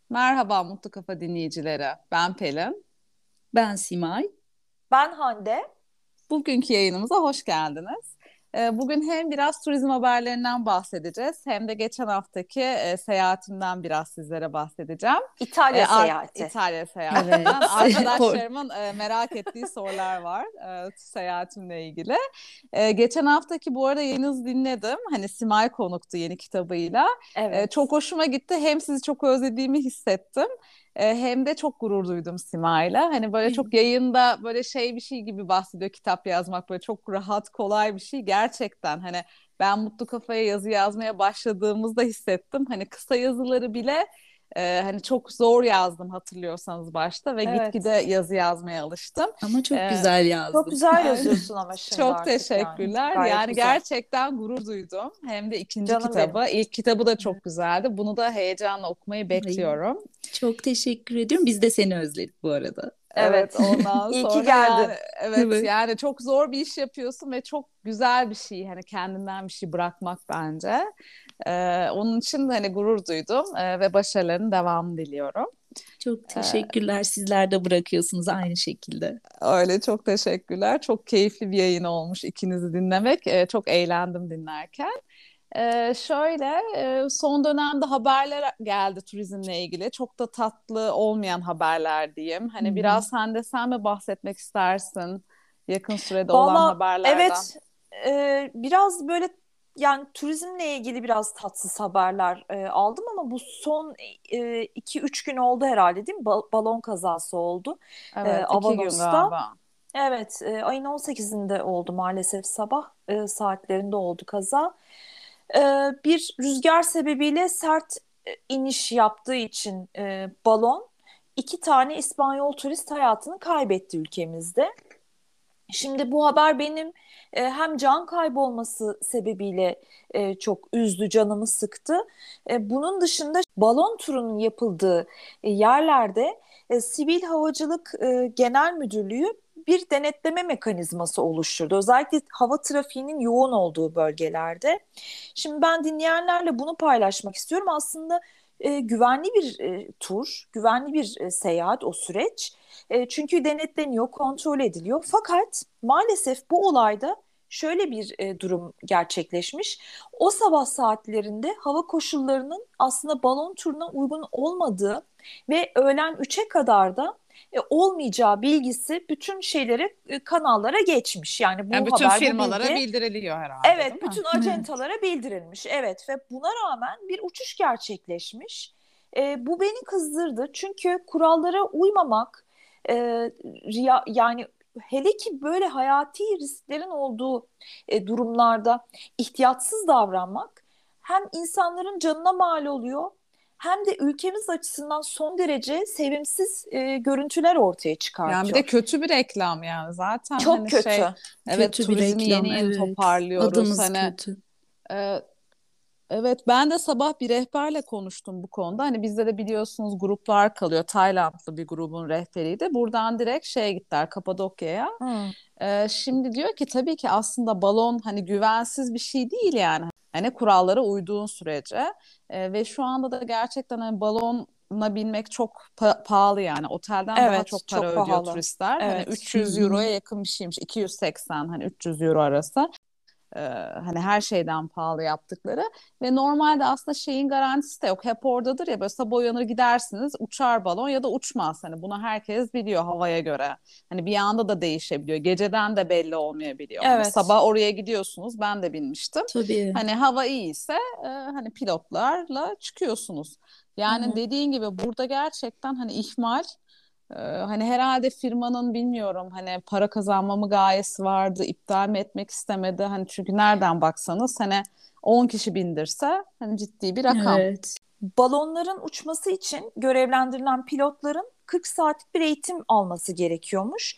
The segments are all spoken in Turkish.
Merhaba Mutlu Kafa dinleyicileri. Ben Pelin. Ben Simay. Ben Hande. Bugünkü yayınımıza hoş geldiniz. Bugün hem biraz turizm haberlerinden bahsedeceğiz hem de geçen haftaki seyahatimden biraz sizlere bahsedeceğim. İtalya seyahati. İtalya Evet. seyahatinden. Arkadaşlarımın merak ettiği sorular var seyahatimle ilgili. Geçen haftaki bu arada yayınınızı dinledim. Hani Simay konuktu yeni kitabıyla. Evet. Çok hoşuma gitti. Hem sizi çok özlediğimi hissettim. Hem de çok gurur duydum Sima'yla. Hani böyle çok yayında böyle şey bir şey gibi bahsediyor kitap yazmak böyle çok rahat kolay bir şey. Gerçekten hani ben Mutlu Kafa'ya yazı yazmaya başladığımızda hissettim. Hani kısa yazıları bile hani çok zor yazdım hatırlıyorsanız başta ve gitgide Evet. yazı yazmaya alıştım. Ama çok E, güzel Çok yazdın. güzel Ay, yazıyorsun ama şimdi çok artık yani. teşekkürler. Gayet Yani güzel. gerçekten gurur duydum. Hem de ikinci Canım benim. kitabı. İlk kitabı da çok güzeldi. Bunu da heyecanla okumayı Ay, bekliyorum. çok teşekkür ediyorum. Biz de seni özledik bu arada. Evet, Evet. ondan İyi ki sonra yani geldin. evet Evet. yani çok zor bir iş yapıyorsun ve çok güzel bir şey hani kendinden bir şey bırakmak bence. Onun için de hani gurur duydum ve başarılarının devamını diliyorum. Çok Ee, teşekkürler. Sizler de bırakıyorsunuz aynı şekilde. Öyle çok teşekkürler. Çok keyifli bir yayın olmuş ikinizi dinlemek. Çok eğlendim dinlerken. Şöyle son dönemde haberler geldi turizmle ilgili. Çok da tatlı olmayan haberler diyeyim. Hı Hani hı. biraz sen mi bahsetmek istersin yakın sürede olan Valla haberlerden? evet, biraz böyle yani turizmle ilgili biraz tatsız haberler aldım ama bu son 2-3 gün oldu herhalde değil mi? Balon kazası oldu Evet, 2 gün Avanos'ta. galiba. Evet, ayın 18'inde oldu maalesef sabah saatlerinde oldu kaza. E, Bir rüzgar sebebiyle sert iniş yaptığı için balon iki tane İspanyol turist hayatını kaybetti ülkemizde. Şimdi bu haber benim hem can kaybı olması sebebiyle çok üzdü, canımı sıktı. Bunun dışında balon turunun yapıldığı yerlerde Sivil Havacılık Genel Müdürlüğü bir denetleme mekanizması oluşturdu. Özellikle hava trafiğinin yoğun olduğu bölgelerde. Şimdi ben dinleyenlerle bunu paylaşmak istiyorum. Aslında güvenli bir tur, güvenli bir seyahat o süreç. Çünkü denetleniyor, kontrol ediliyor. Fakat maalesef bu olayda şöyle bir durum gerçekleşmiş. O sabah saatlerinde hava koşullarının aslında balon turuna uygun olmadığı ve öğlen 3'e kadar da olmayacağı bilgisi bütün şeylere, kanallara geçmiş. Yani Yani bu bütün haber, bu firmalara bilgi, bildiriliyor herhalde, değil evet, mi? bütün Evet. acentalara bildirilmiş. Evet ve buna rağmen bir uçuş gerçekleşmiş. Bu beni kızdırdı. Çünkü kurallara uymamak, e, yani hele ki böyle hayati risklerin olduğu durumlarda ihtiyatsız davranmak hem insanların canına mal oluyor hem de ülkemiz açısından son derece sevimsiz görüntüler ortaya Yani bir de çıkartıyor. kötü bir reklam yani zaten Çok hani şey kötü. evet Kötü bir turizmi reklam. yeni Evet. toparlıyoruz Adımız hani kötü. e, evet ben de sabah bir rehberle konuştum bu konuda. Hani bizde de biliyorsunuz gruplar kalıyor. Taylandlı bir grubun rehberiydi. Buradan direkt şeye gittiler Kapadokya'ya. Hmm, Şimdi diyor ki tabii ki aslında balon hani güvensiz bir şey değil yani. Hani kurallara uyduğun sürece. Ve şu anda da gerçekten hani balona binmek çok pahalı yani. Otelden daha evet, çok para çok ödüyor pahalı. turistler. Hani Evet. 300 euroya yakın bir şeymiş. 280 hani 300 euro arası. Ee, Hani her şeyden pahalı yaptıkları ve normalde aslında şeyin garantisi de yok. Hep oradadır ya böyle sabah uyanır gidersiniz uçar balon ya da uçmaz. Hani bunu herkes biliyor havaya göre. Hani bir anda da değişebiliyor. Geceden de belli olmayabiliyor. Hani Evet. sabah oraya gidiyorsunuz. Ben de binmiştim. Tabii. Hani hava iyiyse hani pilotlarla çıkıyorsunuz. Hı Yani hı. dediğin gibi burada gerçekten hani ihmal hani herhalde firmanın bilmiyorum hani para kazanma mı gayesi vardı, iptal mi etmek istemedi. Hani çünkü nereden baksanız hani 10 kişi bindirse hani ciddi bir rakam. Evet. Balonların uçması için görevlendirilen pilotların 40 saatlik bir eğitim alması gerekiyormuş.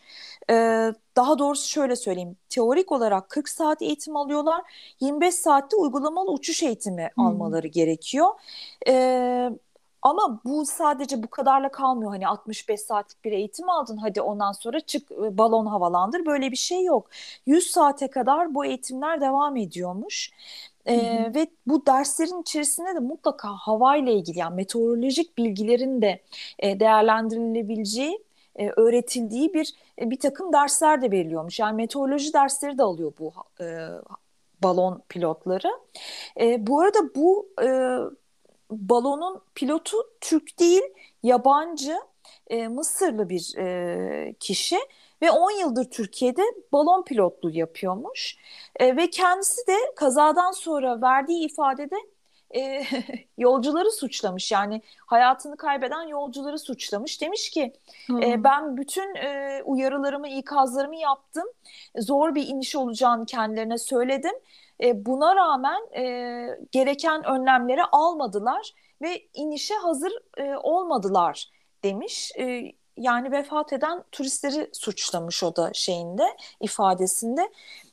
Daha doğrusu şöyle söyleyeyim. Teorik olarak 40 saat eğitim alıyorlar. 25 saatte uygulamalı uçuş eğitimi Hmm. almaları gerekiyor. Ee, Ama bu sadece bu kadarla kalmıyor. Hani 65 saatlik bir eğitim aldın, hadi ondan sonra çık balon havalandır. Böyle bir şey yok. 100 saate kadar bu eğitimler devam ediyormuş. Hı hı. Ve bu derslerin içerisinde de mutlaka havayla ilgili, yani meteorolojik bilgilerin de değerlendirilebileceği, öğretildiği bir takım dersler de veriliyormuş. Yani meteoroloji dersleri de alıyor bu balon pilotları. Bu arada bu balonun pilotu Türk değil, yabancı, Mısırlı bir kişi ve 10 yıldır Türkiye'de balon pilotluğu yapıyormuş. Ve kendisi de kazadan sonra verdiği ifadede e, yolcuları suçlamış. Yani hayatını kaybeden yolcuları suçlamış. Demiş ki Aa, ben bütün uyarılarımı, ikazlarımı yaptım. Zor bir iniş olacağını kendilerine söyledim. Buna rağmen gereken önlemleri almadılar ve inişe hazır olmadılar demiş. Yani vefat eden turistleri suçlamış o da ifadesinde.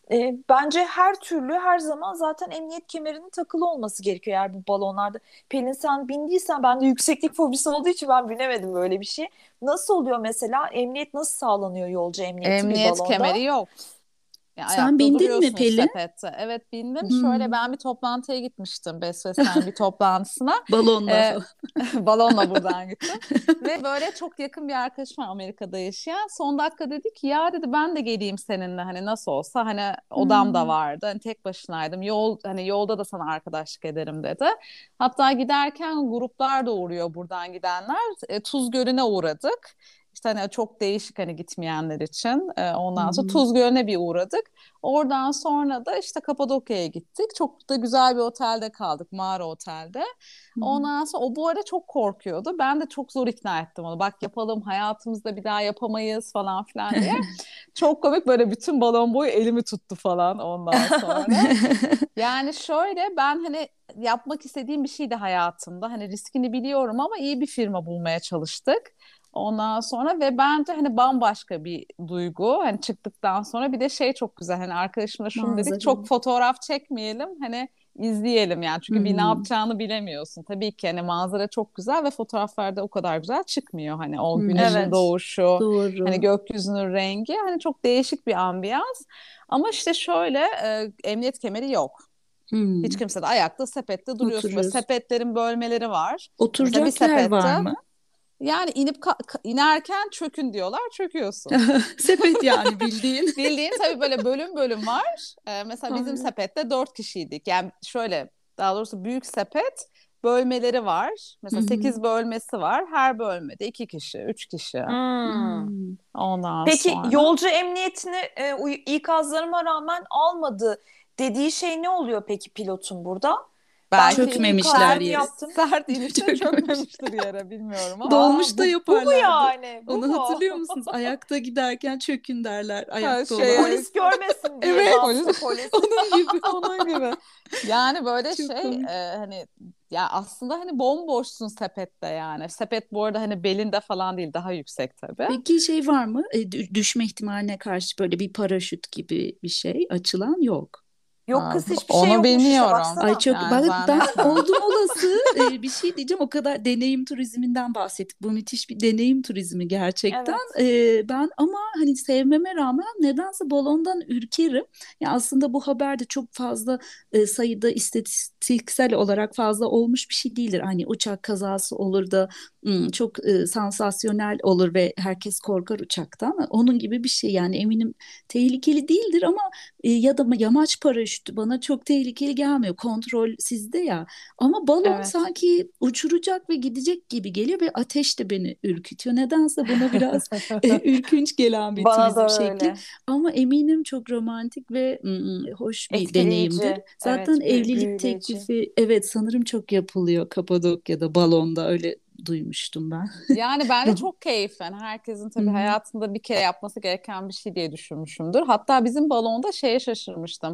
Bence her türlü her zaman zaten emniyet kemerinin takılı olması gerekiyor eğer bu balonlarda. Pelin, sen bindiysen, ben de yükseklik fobisi olduğu için ben binemedim böyle bir şey. Nasıl oluyor mesela? Emniyet nasıl sağlanıyor, yolcu emniyeti bir Emniyet balonda? kemeri yok. Ya sen ayakta bindin mi duruyorsunuz Pelin? sepette. Evet, bindim. Şöyle, Hmm. ben bir toplantıya gitmiştim. Best West'ten bir toplantısına. Balonla Ee, falan. balonla buradan gittim. Ve böyle çok yakın bir arkadaşım var Amerika'da yaşayan. Son dakika dedi ki ya, dedi, ben de geleyim seninle, hani nasıl olsa, hani odam da Hmm. vardı. Hani tek başınaydım. Hani yolda da sana arkadaşlık ederim dedi. Hatta giderken gruplar da uğruyor buradan gidenler. Tuz Gölü'ne uğradık. İşte hani çok değişik, hani gitmeyenler için. Hı Ondan sonra hı. Tuz Gölü'ne bir uğradık. Oradan sonra da işte Kapadokya'ya gittik. Çok da güzel bir otelde kaldık. Mağara otelde. Hı hı. Ondan sonra o bu arada çok korkuyordu. Ben de çok zor ikna ettim onu. Bak, yapalım, hayatımızda bir daha yapamayız falan filan diye. Çok komik, böyle bütün balon boyu elimi tuttu falan ondan sonra. Yani şöyle, ben hani yapmak istediğim bir şeydi hayatımda. Hani riskini biliyorum ama iyi bir firma bulmaya çalıştık. Ondan sonra ve bence hani bambaşka bir duygu. Hani çıktıktan sonra bir de şey çok güzel. Hani arkadaşımla şunu dedik: çok Manzaralı. fotoğraf çekmeyelim. Hani izleyelim yani. Çünkü bir ne Hmm. yapacağını bilemiyorsun. Tabii ki hani manzara çok güzel ve fotoğraflarda o kadar güzel çıkmıyor. Hani o Hı güneşin hı. Evet. doğuşu, hani Doğru. gökyüzünün rengi, hani çok değişik bir ambiyans. Ama işte şöyle, emniyet kemeri yok. Hiç Hmm. kimse de ayakta sepette duruyorsun. Böyle Oturuyoruz. sepetlerin bölmeleri var. Mesela bir Oturacak yer var sepette, mı? yani inerken çökün diyorlar, çöküyorsun. Sepet yani bildiğin. Bildiğin, tabii böyle bölüm bölüm var. Mesela bizim Aynen. sepette 4 kişiydik. Yani şöyle, daha doğrusu büyük sepet, bölmeleri var. Hı Mesela hı. 8 bölmesi var. Her bölmede 2 kişi, 3 kişi. Hmm. Hmm. Ondan Peki sonra yolcu emniyetini ikazlarıma rağmen almadı dediği şey ne oluyor peki pilotun burada? Ben belki bütün Çökmemişler ikazlarımı yere. yaptım. sert inişte Çökmemiş. çökmemiştir yere, bilmiyorum ama. Aa, Dolmuşta bu mu yaparlardı. yani? Bu Onu mu? hatırlıyor musunuz? Ayakta giderken çökün derler. Ha, Ayakta olan. şey, Polis görmesin diye, Evet. polis bastı polis. Onun gibi. onun gibi. Yani böyle Çok şey, komik. hani ya aslında hani bomboşsun sepette yani. Sepet bu arada hani belinde falan değil, daha yüksek tabii. Peki şey var mı? Düşme ihtimaline karşı böyle bir paraşüt gibi bir şey açılan yok. Yok Ha, kız, hiçbir şey onu yokmuş işte, bilmiyorum. Ay baksana. çok Yani ben zannetmiyorum. oldum olası bir şey diyeceğim, o kadar deneyim turizminden bahsettik. Bu müthiş bir deneyim turizmi gerçekten. Evet. Ben ama hani sevmeme rağmen nedense balondan ürkerim. Ya aslında bu haber de çok fazla sayıda istatistiksel olarak fazla olmuş bir şey değildir. Hani uçak kazası olur da çok sansasyonel olur ve herkes korkar uçaktan. Onun gibi bir şey yani, eminim tehlikeli değildir ama ya da yamaç paraşütü bana çok tehlikeli gelmiyor. Kontrol sizde ya. Ama balon Evet. sanki uçuracak ve gidecek gibi geliyor ve ateş de beni ürkütüyor. Nedense bana biraz ürkünç gelen bir Bana turizm da şekli. öyle. Ama eminim çok romantik ve hoş bir deneyimdir. Etkileyici. Zaten Evet, evlilik büyüleyici. teklifi, evet, sanırım çok yapılıyor Kapadokya'da balonda, öyle duymuştum ben. Yani bence çok keyifli. Yani herkesin Hı tabii hı. hayatında bir kere yapması gereken bir şey diye düşünmüşümdür. Hatta bizim balonda şeye şaşırmıştım.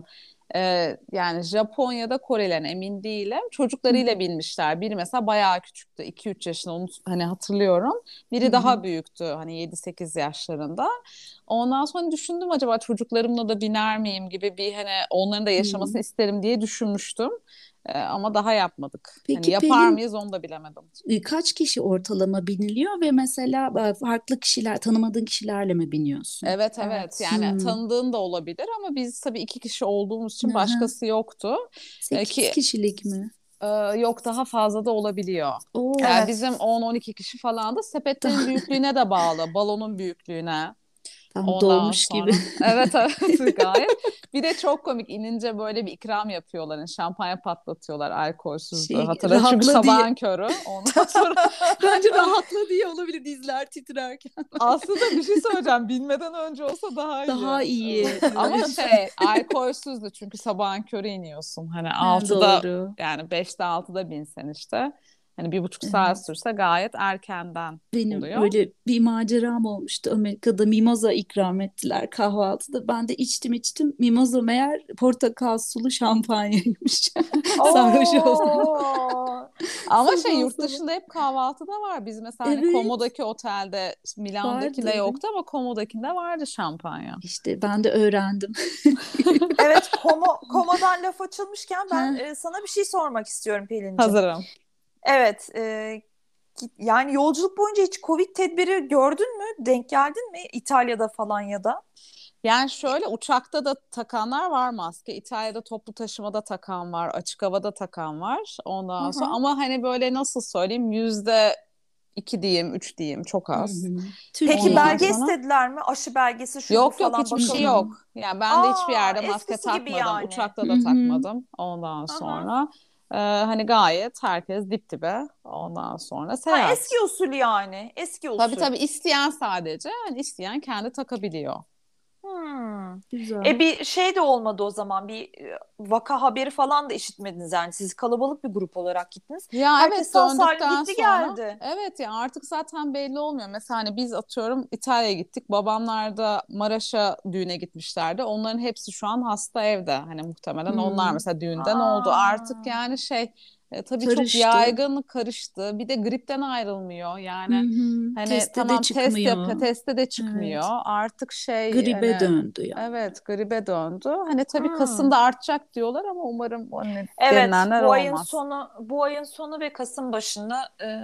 Yani Japonya'da, Korelilerin emin değilim. Hı hı. Çocuklarıyla binmişler. Biri mesela bayağı küçüktü, 2-3 yaşında, onu hani hatırlıyorum. Hı Biri hı. daha büyüktü, hani 7-8 yaşlarında. Ondan sonra düşündüm, acaba çocuklarımla da biner miyim gibi bir, hani onların da Hı hı. yaşamasını isterim diye düşünmüştüm. Ama daha yapmadık. Hani Peki yapar Pelin, mıyız onu da bilemedim. kaç kişi ortalama biniliyor ve mesela farklı kişiler, tanımadığın kişilerle mi biniyorsun? Evet, evet, Evet. yani Hmm. tanıdığın da olabilir ama biz tabii 2 kişi olduğumuz için Aha. başkası yoktu. 8 Ki kişilik mi? yok, daha fazla da olabiliyor. Oo, Yani Evet. bizim 10-12 kişi falan da sepetlerin daha, büyüklüğüne de bağlı. Balonun büyüklüğüne. tam Ondan dolmuş gibi. sonra evet, evet, gayet. Bir de çok komik, inince böyle bir ikram yapıyorlar. Yani şampanya patlatıyorlar alkolsüzdü. Hatırla, çünkü Rahatla diye. sabahın körü. Ondan sonra Bence rahatla diye olabilir dizler titrerken. aslında bir şey söyleyeceğim. Bilmeden önce olsa daha iyi. Daha iyi. Ama Evet. şey, alkolsüzdü çünkü sabahın körü iniyorsun. Hani Ha, 6'da, doğru. yani 5'te 6'da binsen işte. Hani 1,5 saat Evet. sürse gayet erkenden Benim oluyor. öyle bir maceram olmuştu. Amerika'da mimoza ikram ettiler kahvaltıda. Ben de içtim. Mimoza meğer portakal sulu şampanyaymış. Sarhoş oldum. Oo. Ama şey, Sabah yurt sabah. dışında hep kahvaltıda var. Biz mesela hani Evet, Komo'daki otelde, Milano'dakinde vardı. yoktu ama Komo'dakinde vardı şampanya. İşte ben de öğrendim. Evet, Komo'dan laf açılmışken ben Ha, sana bir şey sormak istiyorum Pelin'cim. Hazırım. Evet, yani yolculuk boyunca hiç Covid tedbiri gördün mü? Denk geldin mi İtalya'da falan ya da? Yani şöyle, uçakta da takanlar var maske. İtalya'da toplu taşımada takan var. Açık havada takan var. Hı Ondan sonra hı. ama hani böyle, nasıl söyleyeyim, %2 diyeyim, 3 diyeyim, çok hı az. hı. Peki Türkiye Ondan belge gibi. sonra istediler mi? Aşı belgesi şu bu yok, yok, falan hiçbir şey bakalım. Mm-mm. yok. Yani ben de hiçbir Aa, yerde maske eskisi gibi takmadım. yani. Uçakta Hı da hı. takmadım. Ondan Hı hı. sonra hani gayet herkes dip dibe. Ondan sonra Ha, eski seyahat. usul yani. Eski Tabii, usul. tabii, isteyen sadece. Yani isteyen kendi takabiliyor. Hmm. Güzel. Bir şey de olmadı o zaman. Bir vaka haberi falan da işitmediniz yani. Siz kalabalık bir grup olarak gittiniz. Ya Herkes evet, sağ salim döndükten gitti sonra geldi. evet ya, artık zaten belli olmuyor. Mesela hani biz, atıyorum, İtalya'ya gittik. Babamlar da Maraş'a düğüne gitmişlerdi. Onların hepsi şu an hasta evde. Hani muhtemelen onlar Hmm. mesela düğünden oldu. Artık Aa. yani şey, tabii çok Karıştı. yaygın, karıştı. Bir de gripten ayrılmıyor. Hı Yani hı. hani Teste de tamam, test yapıyor, çıkmıyor. testte de çıkmıyor. Evet. Artık şey, Gribe hani döndü yani. evet, gribe döndü. Hani tabii Hmm. Kasım'da artacak diyorlar ama umarım hani Evet, denilenler olmaz. bu ayın sonu ve Kasım başında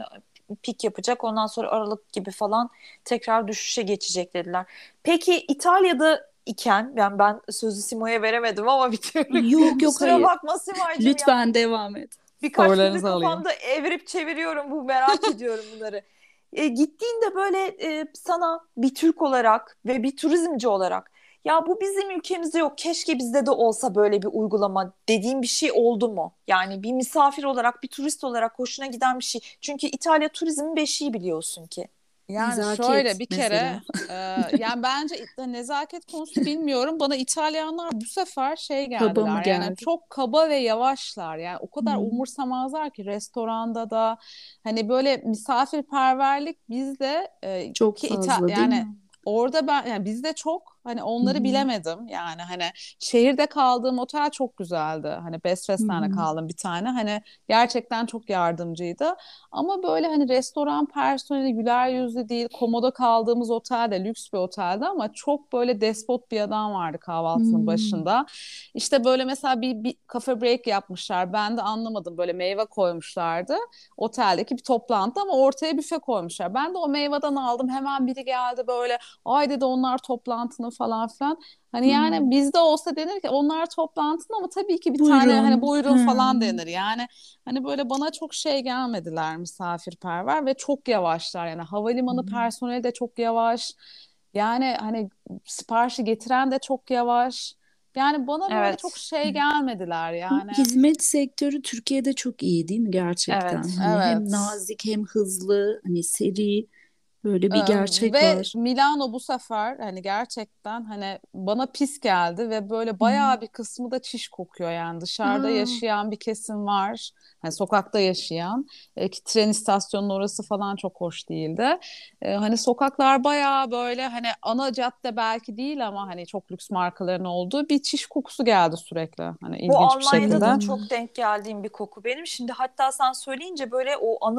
pik yapacak. Ondan sonra Aralık gibi falan tekrar düşüşe geçecek dediler. Peki İtalya'da iken ben sözü Simo'ya veremedim ama bir türlü Yok yok, kusura hayır. bakma Sima'cığım ya. Lütfen devam et. Birkaç gündür Sorularınızı alayım. kafamda evirip çeviriyorum bu, merak ediyorum bunları. Gittiğinde böyle sana bir Türk olarak ve bir turizmci olarak, ya bu bizim ülkemizde yok, keşke bizde de olsa böyle bir uygulama dediğim bir şey oldu mu? Yani bir misafir olarak, bir turist olarak hoşuna giden bir şey. Çünkü İtalya turizmin beşiği biliyorsun ki. Yani şöyle, Nezaket bir kere mesela. yani bence nezaket konusu bilmiyorum. Bana İtalyanlar bu sefer şey Kaba mı geldiler. Yani geldi? çok kaba ve yavaşlar. Yani o kadar Hmm. umursamazlar ki restoranda da, hani böyle misafirperverlik bizde Çok fazla değil yani mi? orada ben, yani bizde çok, hani Hı onları hı. bilemedim. Yani hani şehirde kaldığım otel çok güzeldi. Hani Best Hı Western'de hı. kaldım bir tane. Hani gerçekten çok yardımcıydı. Ama böyle hani restoran personeli güler yüzlü değil. Komoda kaldığımız otel de lüks bir oteldi ama çok böyle despot bir adam vardı kahvaltının Hmm. başında. İşte böyle mesela bir cafe break yapmışlar. Ben de anlamadım. Böyle meyve koymuşlardı. Oteldeki bir toplantı ama ortaya büfe koymuşlar. Ben de o meyveden aldım. Hemen biri geldi böyle. Ay dedi, onlar toplantının falan filan. Hani yani Hmm. bizde olsa denir ki onlar toplantının, ama tabii ki bir tane hani Buyurun. buyurun falan Hmm. denir. Yani hani böyle bana çok şey gelmediler, misafirperver ve çok yavaşlar. Yani havalimanı Hmm. personeli de çok yavaş. Yani hani siparişi getiren de çok yavaş. Yani bana böyle çok Evet, şey gelmediler Ama yani. hizmet sektörü Türkiye'de çok iyi değil mi gerçekten? evet. Hani hem Evet. nazik hem hızlı, hani seri, böyle Ee, bir gerçek Ve var. Milano bu sefer hani gerçekten hani bana pis geldi ve böyle Hmm. bayağı bir kısmı da çiş kokuyor. Yani dışarıda Aa, yaşayan bir kesim var, hani sokakta yaşayan, ki tren istasyonunun orası falan çok hoş değildi. Hani sokaklar bayağı böyle, hani ana cadde belki değil ama hani çok lüks markaların olduğu bir çiş kokusu geldi sürekli, hani Bu ilginç bir Almanya'da da şekilde. hmm. çok denk geldiğim bir koku benim. Şimdi hatta sen söyleyince böyle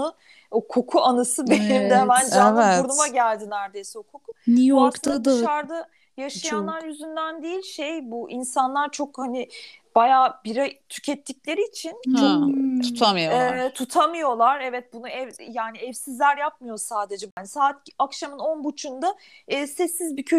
o koku anısı benim de hemen Evet. canlı burnuma Evet. geldi neredeyse o koku. New Bu York'ta aslında da dışarıda yaşayanlar çok. yüzünden değil, bu insanlar çok hani bayağı bira tükettikleri için çok Ha, tutamıyorlar. tutamıyorlar. Evet, bunu yani evsizler yapmıyor sadece. Yani saat akşamın 10.30'unda sessiz bir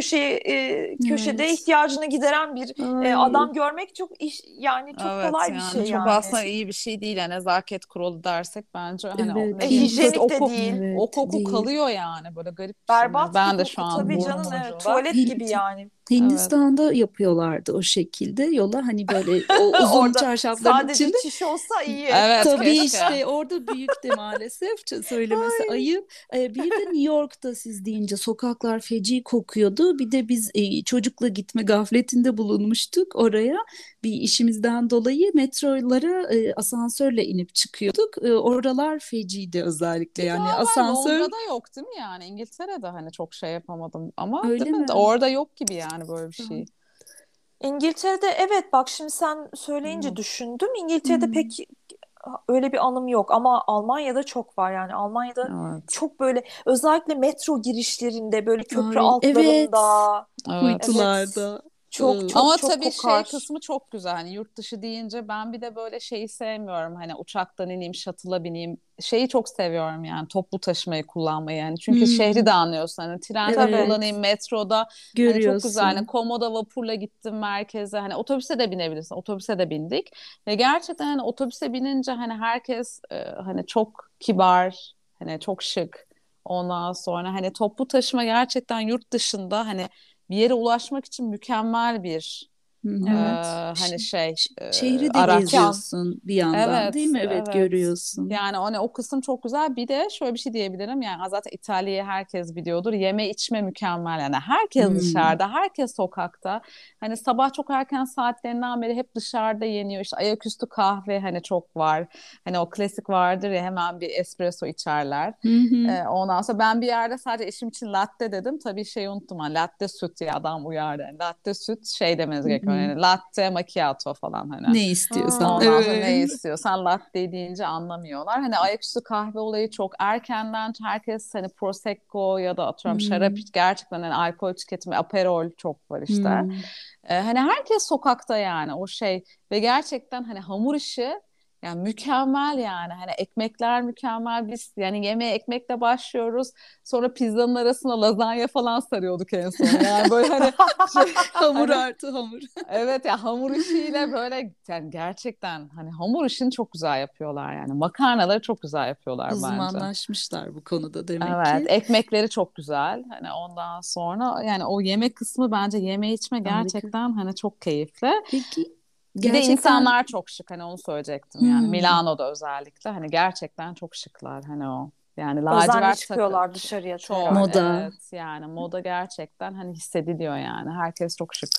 köşede Evet. ihtiyacını gideren bir Ay, adam görmek çok yani çok Evet, kolay bir yani şey çok yani. aslında iyi bir şey değil. Yani nezaket kuralı dersek bence hani o, ne evet. bileyim, Yani sonuçta Hijyenik o, de değil. o evet koku değil. kalıyor yani, böyle garip bir şey. Berbat bir Ben de şu koku an tabii canım. burnumun Evet, ucunda. tuvalet gibi yani. Evet. Hindistan'da yapıyorlardı o şekilde yola, hani böyle o uzun Orada çarşafların sadece içinde. çiş olsa iyi. Evet, Tabii keşke. işte orada büyük de maalesef söylemesi Ay. ayıp. Bir de New York'ta siz deyince sokaklar feci kokuyordu. Bir de biz çocukla gitme gafletinde bulunmuştuk oraya. Bir işimizden dolayı metrolara asansörle inip çıkıyorduk. Oralar feciydi özellikle, Bir yani galiba asansör, Londra'da yok değil mi yani? İngiltere'de hani çok şey yapamadım ama, değil öyle mi? mi? Orada yok gibi yani böyle bir şey. İngiltere'de, evet, bak şimdi sen Hmm. söyleyince düşündüm. İngiltere'de Hmm. pek öyle bir anım yok ama Almanya'da çok var yani. Almanya'da Evet. çok böyle, özellikle metro girişlerinde, böyle köprü Ay altlarında, evet, Evet. evet, kuytularda. çok çok Ama çok tabii şey kokar. kısmı çok güzel. Hani yurt dışı deyince ben bir de böyle şeyi sevmiyorum. Hani uçaktan ineyim, shuttle'a bineyim. Şeyi çok seviyorum yani, toplu taşımayı kullanmayı yani. Çünkü şehri de Hmm. anlıyorsun. Hani trende Tabii. kullanayım, Evet, metroda. Hani çok güzel. Hani görüyorsun. komoda vapurla gittim merkeze. Hani otobüse de binebilirsin. Otobüse de bindik. Ve gerçekten hani otobüse binince hani herkes hani çok kibar, hani çok şık. Ondan sonra hani toplu taşıma gerçekten yurt dışında hani bir yere ulaşmak için mükemmel bir Hı hı. Evet. hani şey Şehri de araç. İmkan. geziyorsun bir yandan, değil Evet, mi? Evet, evet. görüyorsun. Yani hani o kısım çok güzel. Bir de şöyle bir şey diyebilirim. Yani zaten İtalya'yı herkes biliyordur. Yeme içme mükemmel. Yani herkes Hmm. dışarıda, herkes sokakta. Hani sabah çok erken saatlerinden beri hep dışarıda yeniyor. İşte ayaküstü kahve hani çok var. Hani o klasik vardır ya, hemen bir espresso içerler. Hı hı. Ondan sonra ben bir yerde sadece eşim için latte dedim. Tabii şeyi unuttum. Ha, latte süt, ya adam uyardı. Yani latte süt şey demeniz Hı gerekiyor. hı. Yani latte macchiato falan hani. Ne istiyorsan. Hmm. Ondan sonra ne Evet. istiyorsan latte deyince anlamıyorlar. Hani ayaküstü kahve olayı çok erkenden, herkes hani prosecco ya da atıyorum şarap, Hmm. gerçekten hani alkol tüketimi, aperol çok var işte. Hmm. Hani herkes sokakta yani, o şey. Ve gerçekten hani hamur işi yani mükemmel yani. Hani ekmekler mükemmel. Biz yani yemeğe ekmekle başlıyoruz. Sonra pizzanın arasına lazanya falan sarıyorduk en son. Yani böyle hani şey, Hamur hani artı hamur. evet ya, hamur işiyle böyle yani gerçekten hani hamur işini çok güzel yapıyorlar yani. Makarnaları çok güzel yapıyorlar bence. Uzmanlaşmışlar bu konuda demek Evet, ki. ekmekleri çok güzel. Hani ondan sonra yani o yemek kısmı, bence yeme içme Harika. gerçekten hani çok keyifli. Peki Bir de gerçekten, insanlar çok şık, hani onu söyleyecektim yani. hmm, Milano'da özellikle hani gerçekten çok şıklar hani o. Yani Özenle lacivert takı çıkıyorlar dışarıya çok, herhalde. moda, evet yani moda gerçekten hani hissediliyor yani. Herkes çok şık.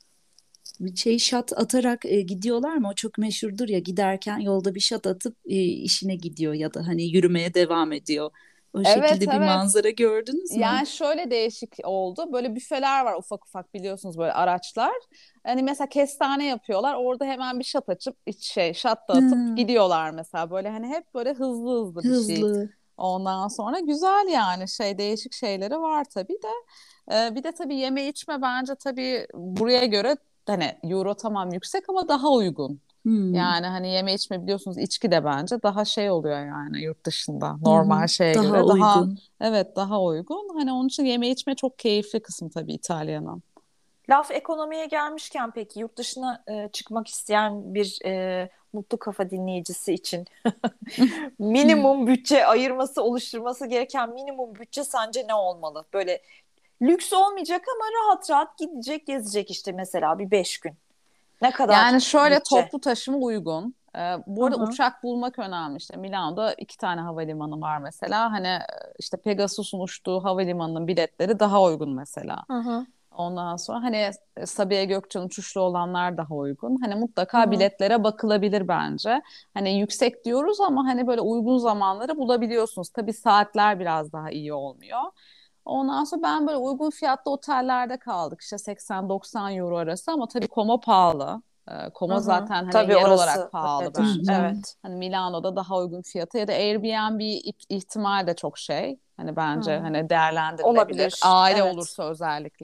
bir şey şat atarak gidiyorlar mı? O çok meşhurdur ya, giderken yolda bir şat atıp işine gidiyor ya da hani yürümeye devam ediyor. O Evet, şekilde bir evet. manzara gördünüz mü? Yani şöyle değişik oldu. Böyle büfeler var ufak ufak, biliyorsunuz, böyle araçlar. Hani mesela kestane yapıyorlar. Orada hemen bir şat açıp şat da atıp Hmm, gidiyorlar mesela. Böyle hani hep böyle hızlı hızlı bir şey. hızlı. Ondan sonra güzel yani, değişik şeyleri var tabii de. Bir de tabii yeme içme bence tabii buraya göre hani euro tamam yüksek ama daha uygun. Hmm, Yani hani yeme içme, biliyorsunuz, içki de bence daha şey oluyor yani yurt dışında hı normal hı. şeye Daha göre daha, uygun. evet, daha uygun. Hani onun için yeme içme çok keyifli kısmı tabii İtalya'nın. Laf ekonomiye gelmişken, peki yurt dışına çıkmak isteyen bir mutlu kafa dinleyicisi için minimum bütçe ayırması, oluşturması gereken minimum bütçe sence ne olmalı? Böyle lüks olmayacak ama rahat rahat gidecek, gezecek, işte mesela bir 5 gün. Ne kadar Yani şöyle, bütçe? toplu taşıma uygun. Hı Bu arada hı. uçak bulmak önemli. İşte Milano'da 2 tane havalimanı var mesela. Hani işte Pegasus'un uçtuğu havalimanının biletleri daha uygun mesela. Hı hı. Ondan sonra hani Sabiha Gökçen uçuşlu olanlar daha uygun. Hani Hı mutlaka hı. biletlere bakılabilir bence. Hani yüksek diyoruz ama hani böyle uygun zamanları bulabiliyorsunuz. Tabii saatler biraz daha iyi olmuyor. Ondan sonra ben böyle uygun fiyatlı otellerde kaldık. İşte 80-90 euro arası, ama tabii Como pahalı. Hı Como hı. zaten hani Tabii yer olarak orası pahalı Hı öyledir. bence. hı. Evet. Hani Milano'da daha uygun fiyata, ya da Airbnb ihtimal de çok hani bence Hı. hani değerlendirilebilir. Olabilir. Aile Evet. olursa özellikle.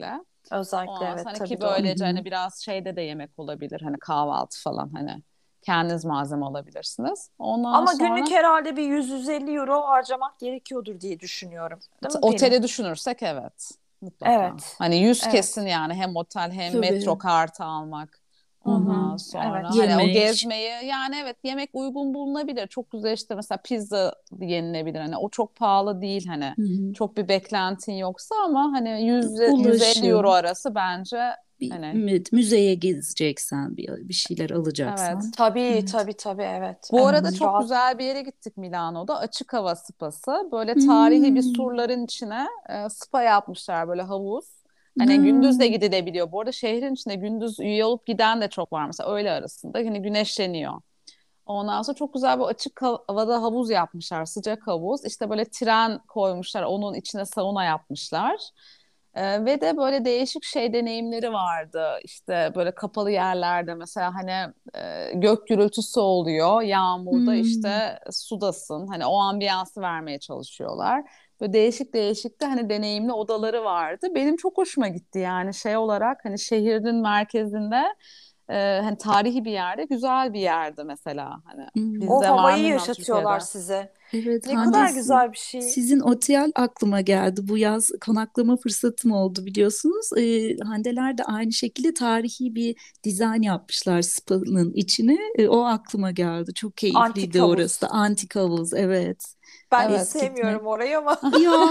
Özellikle Ondan sonra evet hani tabii ki doğru. böylece hani biraz şeyde de yemek olabilir. Hani kahvaltı falan hani kendiniz malzeme alabilirsiniz. Ondan Ama günlük sonra herhalde bir 100-150 euro harcamak gerekiyordur diye düşünüyorum. Değil mi Pelin? oteli düşünürsek evet mutlaka. Evet. Hani 100 kesin Evet. yani hem otel hem metro Tabii. kartı almak. Hı hı. Ondan sonra Evet. hani o Yemek. gezmeyi yani evet yemek uygun bulunabilir. Çok güzel işte mesela pizza yenilebilir. Hani o çok pahalı değil hani. Hı hı. Çok bir beklentin yoksa ama hani 100-150 euro Ulaşım. arası bence Bir hani müzeye gezeceksen bir şeyler evet. alacaksan. Tabii Evet. tabii tabii evet. Bu arada Evet. Hmm. çok Rahat. güzel bir yere gittik Milano'da. Açık hava spası. Böyle tarihi bir Hmm. surların içine spa yapmışlar böyle havuz. Hani gündüz de Hmm. gidilebiliyor. Bu arada şehrin içinde gündüz üye olup giden de çok var mesela öğle arasında. Hani güneşleniyor. Ondan sonra çok güzel bir açık havada havuz yapmışlar. Sıcak havuz. İşte böyle tren koymuşlar. Onun içine sauna yapmışlar. Ve de böyle değişik şey deneyimleri vardı. İşte böyle kapalı yerlerde mesela hani gök gürültüsü oluyor. Yağmurda Hmm. işte sudasın. Hani o ambiyansı vermeye çalışıyorlar. Böyle değişik değişik de hani deneyimli odaları vardı. Benim çok hoşuma gitti yani şey olarak hani şehrin merkezinde hani tarihi bir yerde güzel bir yerde mesela hani Hmm. O bizde var havayı mı bilmiyorum yaşatıyorlar Türkiye'de. size. Evet, Ne Hande, kadar güzel bir şey. sizin otel aklıma geldi. Bu yaz konaklama fırsatım oldu biliyorsunuz. Handeler de aynı şekilde tarihi bir dizayn yapmışlar spa'nın içine. O aklıma geldi. Çok Antik keyifliydi orası da. havuz. Antik havuz, evet. Ben hiç Evet. Gitmek. sevmiyorum orayı ama Ah ya.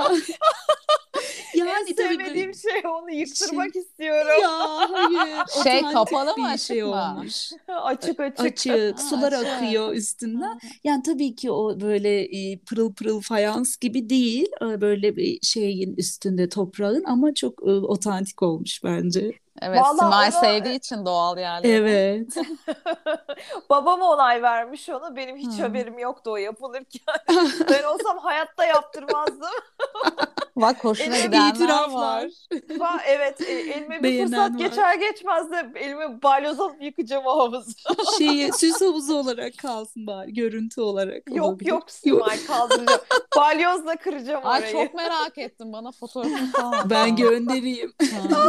en Yani tabii sevmediğim şey onu şey, yıktırmak istiyorum. ya hayır, Şey kapalı otantik mı bir şey açık mı? olmuş. Açık açık. Açık, Ha, sular açık. akıyor üstünden. Ha. Yani tabii ki o böyle pırıl pırıl fayans gibi değil. Böyle bir şeyin üstünde toprağın ama çok otantik olmuş bence. Evet, Valla Simay onu sevdiği için doğal yerleri. Evet. babam onay vermiş onu. Benim hiç Ha. haberim yoktu o yapılırken. Ben olsam hayatta yaptırmazdım. Bak hoşuna Elime gidenler İtiraflar. var. evet elime bir fırsat Beğenen var. geçer geçmez de elime balyoz alıp yıkacağım o havuzu. Şeyi süs havuzu olarak kalsın bari. Görüntü olarak Yok olabilir. yok Yok. Simay kaldıracağım. Balyozla kıracağım Ay orayı. çok merak ettim. Bana fotoğrafını falan Ben atsana. göndereyim. Ha.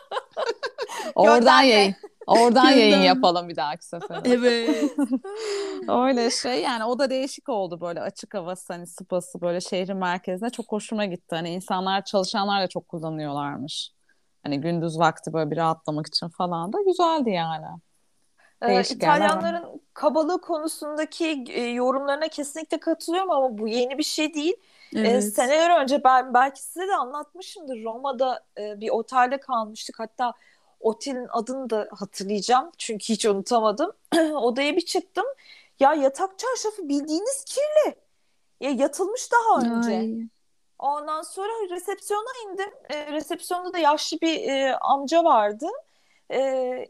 Oradan Gönderme. yayın. Oradan yayın Gönderme. yapalım bir dahaki sefere. Evet. Öyle şey yani o da değişik oldu böyle açık havası hani spası böyle şehrin merkezine çok hoşuma gitti. Hani insanlar çalışanlar da çok kullanıyorlarmış. Hani gündüz vakti böyle bir rahatlamak için falan da güzeldi yani. Değişik yerler var. İtalyanların kabalığı konusundaki yorumlarına kesinlikle katılıyorum ama bu yeni bir şey değil. Evet. Seneler önce ben belki size de anlatmışımdır. Roma'da bir otelde kalmıştık. Hatta otelin adını da hatırlayacağım. Çünkü hiç unutamadım. Odaya bir çıktım. Ya yatak çarşafı bildiğiniz kirli. Ya yatılmış daha önce. Ay. Ondan sonra resepsiyona indim. Resepsiyonda da yaşlı bir amca vardı. E,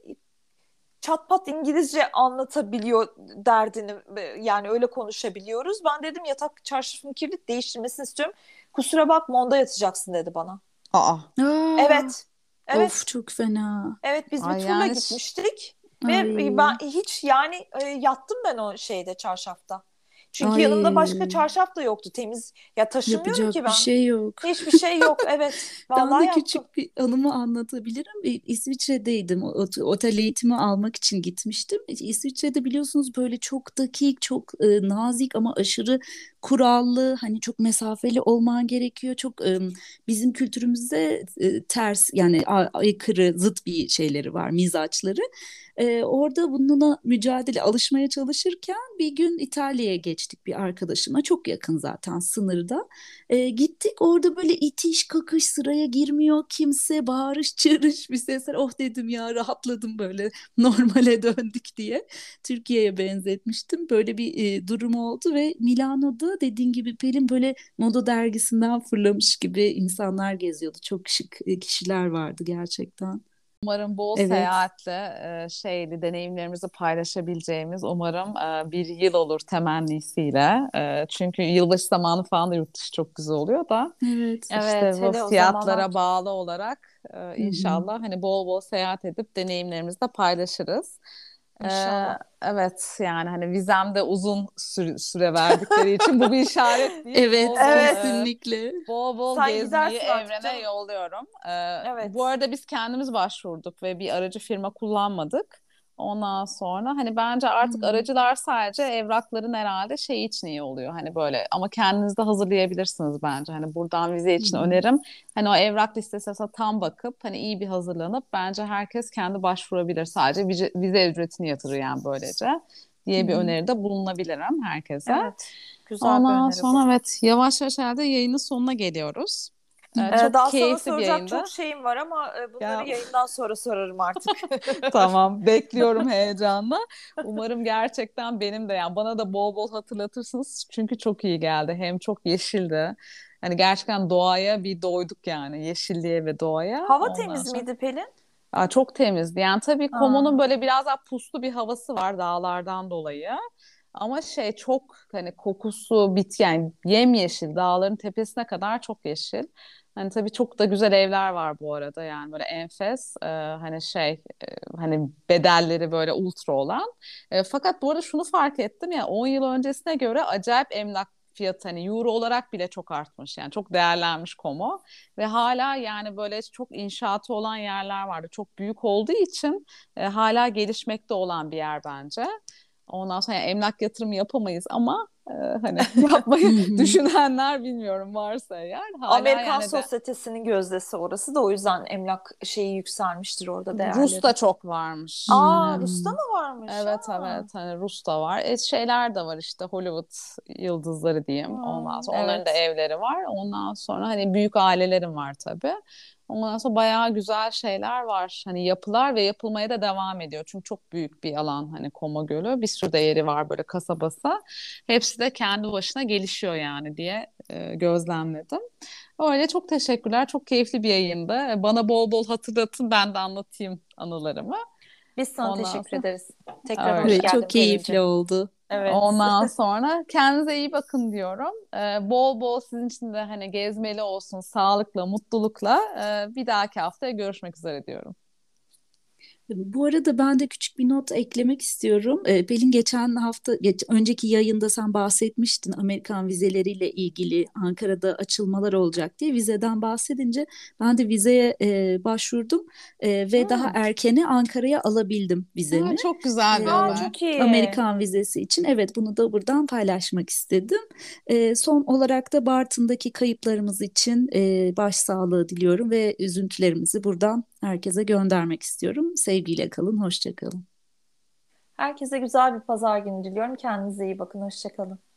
Çat pat İngilizce anlatabiliyor derdini, yani öyle konuşabiliyoruz. Ben dedim yatak çarşafımı kirli, değiştirmesini istiyorum. Kusura bakma onda yatacaksın dedi bana. Aa. Aa. Evet. Of, Evet. çok fena. Evet biz bir Ay turla yani gitmiştik ve ben Ay. hiç yani yattım ben o şeyde çarşafta. Çünkü yanımda başka Ay. çarşaf da yoktu temiz. Ya taşımıyorum ki Yapacak bir ben. şey yok. Hiçbir şey yok. Evet. Ben Vallahi de yattım. küçük bir anımı anlatabilirim. İsviçre'deydim. Otel eğitimi almak için gitmiştim. İsviçre'de biliyorsunuz böyle çok dakik, çok nazik ama aşırı kurallı, hani çok mesafeli olman gerekiyor. Çok bizim kültürümüzde ters, yani aykırı, zıt bir şeyleri var, mizaçları. Orada bununla mücadele, alışmaya çalışırken bir gün İtalya'ya geçtik bir arkadaşıma. Çok yakın zaten, sınırda. Gittik, orada böyle itiş kakış, sıraya girmiyor kimse, bağırış çığırış bir sesler. Oh dedim ya, rahatladım, böyle normale döndük diye. Türkiye'ye benzetmiştim. Böyle bir durum oldu ve Milano'da dediğin gibi Pelin, böyle Moda dergisinden fırlamış gibi insanlar geziyordu. Çok şık kişiler vardı gerçekten. Umarım bol Evet. seyahatle şeyli deneyimlerimizi paylaşabileceğimiz umarım bir yıl olur temennisiyle. Çünkü yılbaşı zamanı falan da yurt dışı çok güzel oluyor da Evet. Evet, işte bu hele o zamanlar. fiyatlara bağlı olarak Hı hı. inşallah hani bol bol seyahat edip deneyimlerimizi de paylaşırız. İnşallah. Evet yani hani vizemde uzun süre verdikleri için bu bir işaret değil. Evet, Bol bol, Evet. kesinlikle. bol bol Sen gezmeyi gidersin artık evrene canım. yolluyorum. Evet. Bu arada biz kendimiz başvurduk ve bir aracı firma kullanmadık. Ondan sonra hani bence artık aracılar sadece evrakların herhalde şey için iyi oluyor. Hani böyle ama kendiniz de hazırlayabilirsiniz bence. Hani buradan vize için önerim. Hani o evrak listesine tam bakıp hani iyi bir hazırlanıp bence herkes kendi başvurabilir. Sadece vize ücretini yatırır yani böylece diye bir öneride bulunabilirim herkese. Evet. Güzel bir Ondan öneri bu. sonra evet yavaş yavaş herhalde yayının sonuna geliyoruz. Çok Daha sana keyifli bir soracak yayında. çok şeyim var ama bunları Ya yayından sonra sorarım artık. tamam bekliyorum heyecanla. Umarım gerçekten benim de yani bana da bol bol hatırlatırsınız. Çünkü çok iyi geldi. Hem çok yeşildi. Hani gerçekten doğaya bir doyduk yani. Yeşilliğe ve doğaya. Hava Ondan temiz sonra miydi Pelin? çok temizdi. Yani tabii Komo'nun Ha. böyle biraz daha puslu bir havası var dağlardan dolayı. Ama şey çok hani kokusu yani yemyeşil dağların tepesine kadar çok yeşil. Hani tabii çok da güzel evler var bu arada yani böyle enfes hani hani bedelleri böyle ultra olan. Fakat bu arada şunu fark ettim ya 10 yıl öncesine göre acayip emlak fiyatı hani euro olarak bile çok artmış yani çok değerlenmiş Como. Ve hala yani böyle çok inşaatı olan yerler vardı. Çok büyük olduğu için hala gelişmekte olan bir yer bence. Ondan sonra yani emlak yatırımı yapamayız ama hani yapmayı düşünenler bilmiyorum varsa eğer hala Amerikan yani de sosyetesinin gözdesi orası da o yüzden emlak şeyi yükselmiştir orada Rus değerleri. da çok varmış. Hani Rus'ta mı varmış? evet evet hani Rus da var. Şeyler de var işte Hollywood yıldızları diyeyim. Ondan sonra onların da Evet. evleri var. Ondan sonra hani büyük ailelerin var tabii. Ondan sonra bayağı güzel şeyler var. Hani yapılar ve yapılmaya da devam ediyor. Çünkü çok büyük bir alan hani Koma Gölü. Bir sürü de yeri var böyle kasabası. Hepsi de kendi başına gelişiyor yani diye gözlemledim. Öyle çok teşekkürler. Çok keyifli bir yayındı. Bana bol bol hatırlatın ben de anlatayım anılarımı. Biz sana Ondan teşekkür sonra ederiz. Tekrar hoş öyle. Evet, çok geldin keyifli Pelin'ciğim. oldu. Evet. Ondan sonra kendinize iyi bakın diyorum. Bol bol sizin için de hani gezmeli olsun, sağlıkla, mutlulukla. Bir dahaki haftaya görüşmek üzere diyorum. Bu arada ben de küçük bir not eklemek istiyorum. Pelin geçen hafta, önceki yayında sen bahsetmiştin Amerikan vizeleriyle ilgili Ankara'da açılmalar olacak diye. Vizeden bahsedince ben de vizeye başvurdum ve daha Hmm. erkene Ankara'ya alabildim vizemi. Çok güzel bir haber. Çok iyi. Amerikan vizesi için. Evet, bunu da buradan paylaşmak istedim. Son olarak da Bartın'daki kayıplarımız için başsağlığı diliyorum ve üzüntülerimizi buradan herkese göndermek istiyorum. Sevgiyle kalın, hoşça kalın. Herkese güzel bir pazar günü diliyorum. Kendinize iyi bakın. Hoşça kalın.